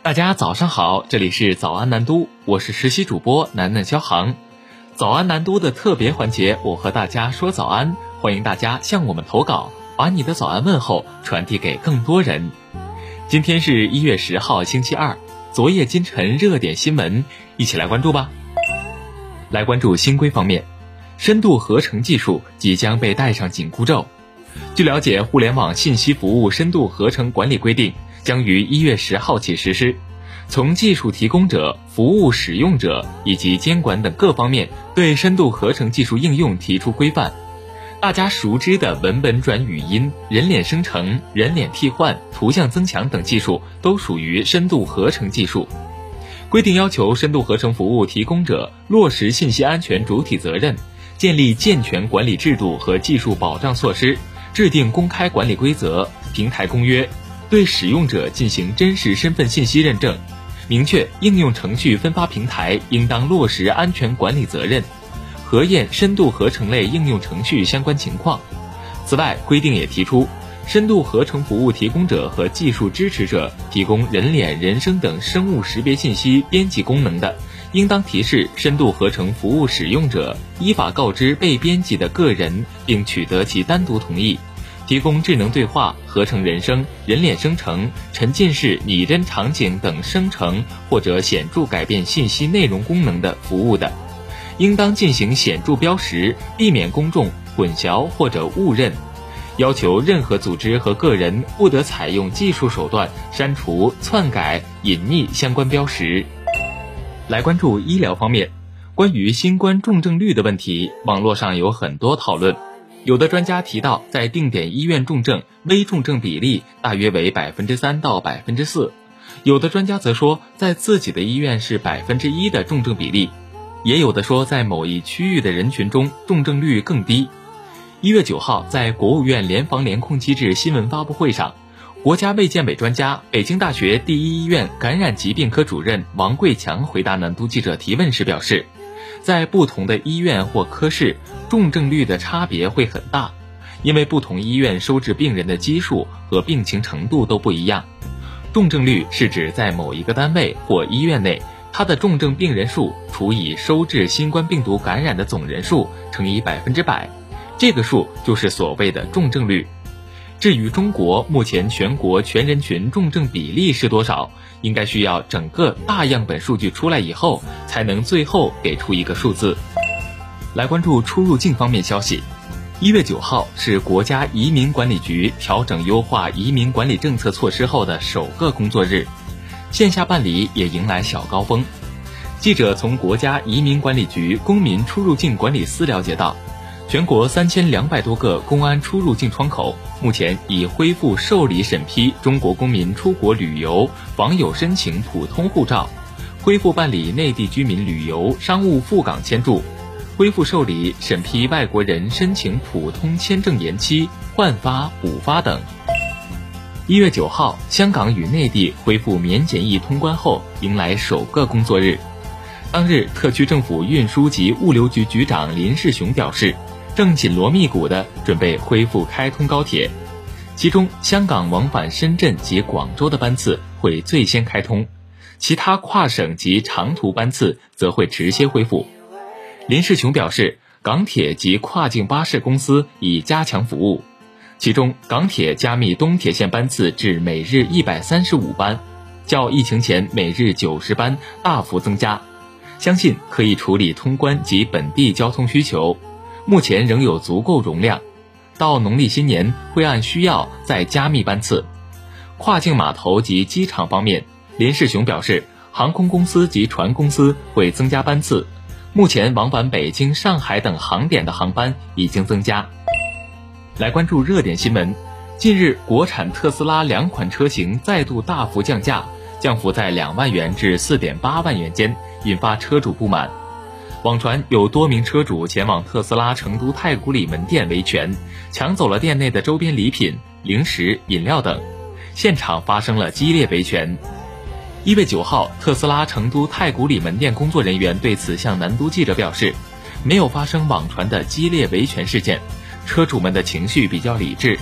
大家早上好，这里是早安南都，我是实习主播楠楠肖航。早安南都的特别环节，我和大家说早安，欢迎大家向我们投稿，把你的早安问候传递给更多人。今天是1月10号星期二，昨夜今晨热点新闻，一起来关注吧。来关注新规方面，深度合成技术即将被戴上紧箍咒。据了解，互联网信息服务深度合成管理规定将于1月10号起实施，从技术提供者、服务使用者以及监管等各方面对深度合成技术应用提出规范。大家熟知的文本转语音、人脸生成、人脸替换、图像增强等技术都属于深度合成技术。规定要求深度合成服务提供者落实信息安全主体责任，建立健全管理制度和技术保障措施，制定公开管理规则、平台公约，对使用者进行真实身份信息认证，明确应用程序分发平台应当落实安全管理责任，核验深度合成类应用程序相关情况。此外，规定也提出，深度合成服务提供者和技术支持者提供人脸、人声等生物识别信息编辑功能的，应当提示深度合成服务使用者依法告知被编辑的个人，并取得其单独同意，提供智能对话、合成人声、人脸生成、沉浸式拟真场景等生成或者显著改变信息内容功能的服务的，应当进行显著标识，避免公众混淆或者误认。要求任何组织和个人不得采用技术手段删除、篡改、隐匿相关标识。来关注医疗方面，关于新冠重症率的问题，网络上有很多讨论。有的专家提到，在定点医院重症、危重症比例大约为3%到4%，有的专家则说，在自己的医院是1%的重症比例，也有的说在某一区域的人群中重症率更低。1月9号，在国务院联防联控机制新闻发布会上，国家卫健委专家、北京大学第一医院感染疾病科主任王贵强回答南都记者提问时表示，在不同的医院或科室，重症率的差别会很大，因为不同医院收治病人的基数和病情程度都不一样。重症率是指在某一个单位或医院内，它的重症病人数除以收治新冠病毒感染的总人数乘以100%，这个数就是所谓的重症率。至于中国目前全国全人群重症比例是多少，应该需要整个大样本数据出来以后，才能最后给出一个数字。来关注出入境方面消息。1月9号是国家移民管理局调整优化移民管理政策措施后的首个工作日，线下办理也迎来小高峰。记者从国家移民管理局公民出入境管理司了解到，全国3200多个公安出入境窗口目前已恢复受理审批中国公民出国旅游、访友申请普通护照，恢复办理内地居民旅游、商务赴港签注，恢复受理审批外国人申请普通签证延期、换发、补发等。1月9号，香港与内地恢复免检疫通关后，迎来首个工作日。当日，特区政府运输及物流局局长林世雄表示，正紧锣密鼓地准备恢复开通高铁，其中香港往返深圳及广州的班次会最先开通，其他跨省及长途班次则会迟些恢复。林世雄表示，港铁及跨境巴士公司已加强服务，其中港铁加密东铁线班次至每日135班，较疫情前每日90班大幅增加，相信可以处理通关及本地交通需求，目前仍有足够容量，到农历新年会按需要再加密班次。跨境码头及机场方面，林世雄表示，航空公司及船公司会增加班次，目前往返北京、上海等航点的航班已经增加。来关注热点新闻，近日国产特斯拉2款车型再度大幅降价，降幅在2万元至4.8万元间，引发车主不满。网传有多名车主前往特斯拉成都太古里门店维权，抢走了店内的周边礼品、零食、饮料等，现场发生了激烈维权。1月9号，特斯拉成都太古里门店工作人员对此向南都记者表示，没有发生网传的激烈维权事件，车主们的情绪比较理智，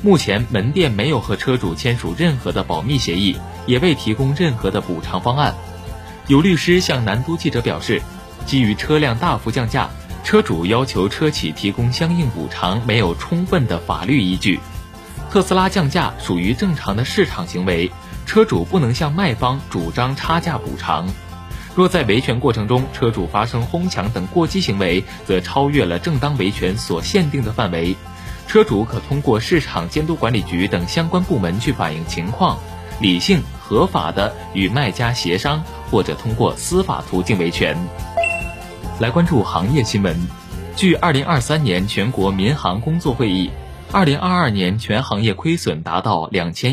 目前门店没有和车主签署任何的保密协议，也未提供任何的补偿方案。有律师向南都记者表示，基于车辆大幅降价，车主要求车企提供相应补偿没有充分的法律依据。特斯拉降价属于正常的市场行为，车主不能向卖方主张差价补偿。若在维权过程中车主发生哄抢等过激行为，则超越了正当维权所限定的范围，车主可通过市场监督管理局等相关部门去反映情况，理性合法的与卖家协商，或者通过司法途径维权。来关注行业新闻。据2023年全国民航工作会议，2022年全行业亏损达到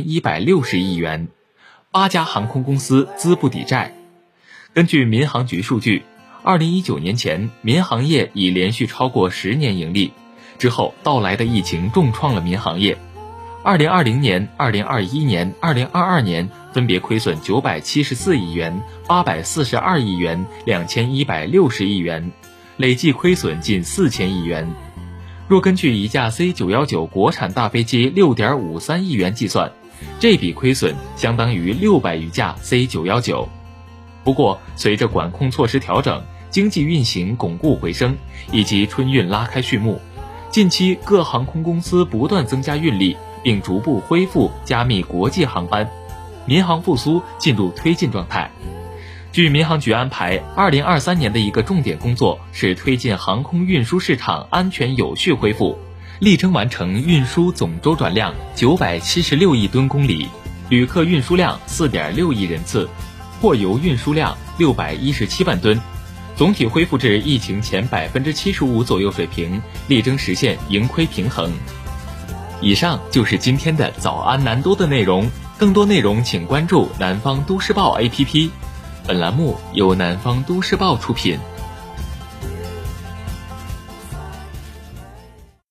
2160亿元，8家航空公司资不抵债。根据民航局数据，2019年前民航业已连续超过10年盈利，之后到来的疫情重创了民航业。2020年、2021年、2022年分别亏损974亿元、842亿元、2160亿元，累计亏损近4000亿元。若根据一架 C919 国产大飞机 6.53 亿元计算，这笔亏损相当于600余架 C919。不过，随着管控措施调整，经济运行巩固回升，以及春运拉开序幕，近期各航空公司不断增加运力，并逐步恢复加密国际航班，民航复苏进入推进状态。据民航局安排，2023年的一个重点工作是推进航空运输市场安全有序恢复，力争完成运输总周转量976亿吨公里，旅客运输量4.6亿人次，货邮运输量617万吨，总体恢复至疫情前75%左右水平，力争实现盈亏平衡。以上就是今天的早安南都的内容，更多内容请关注南方都市报 APP。本栏目由南方都市报出品。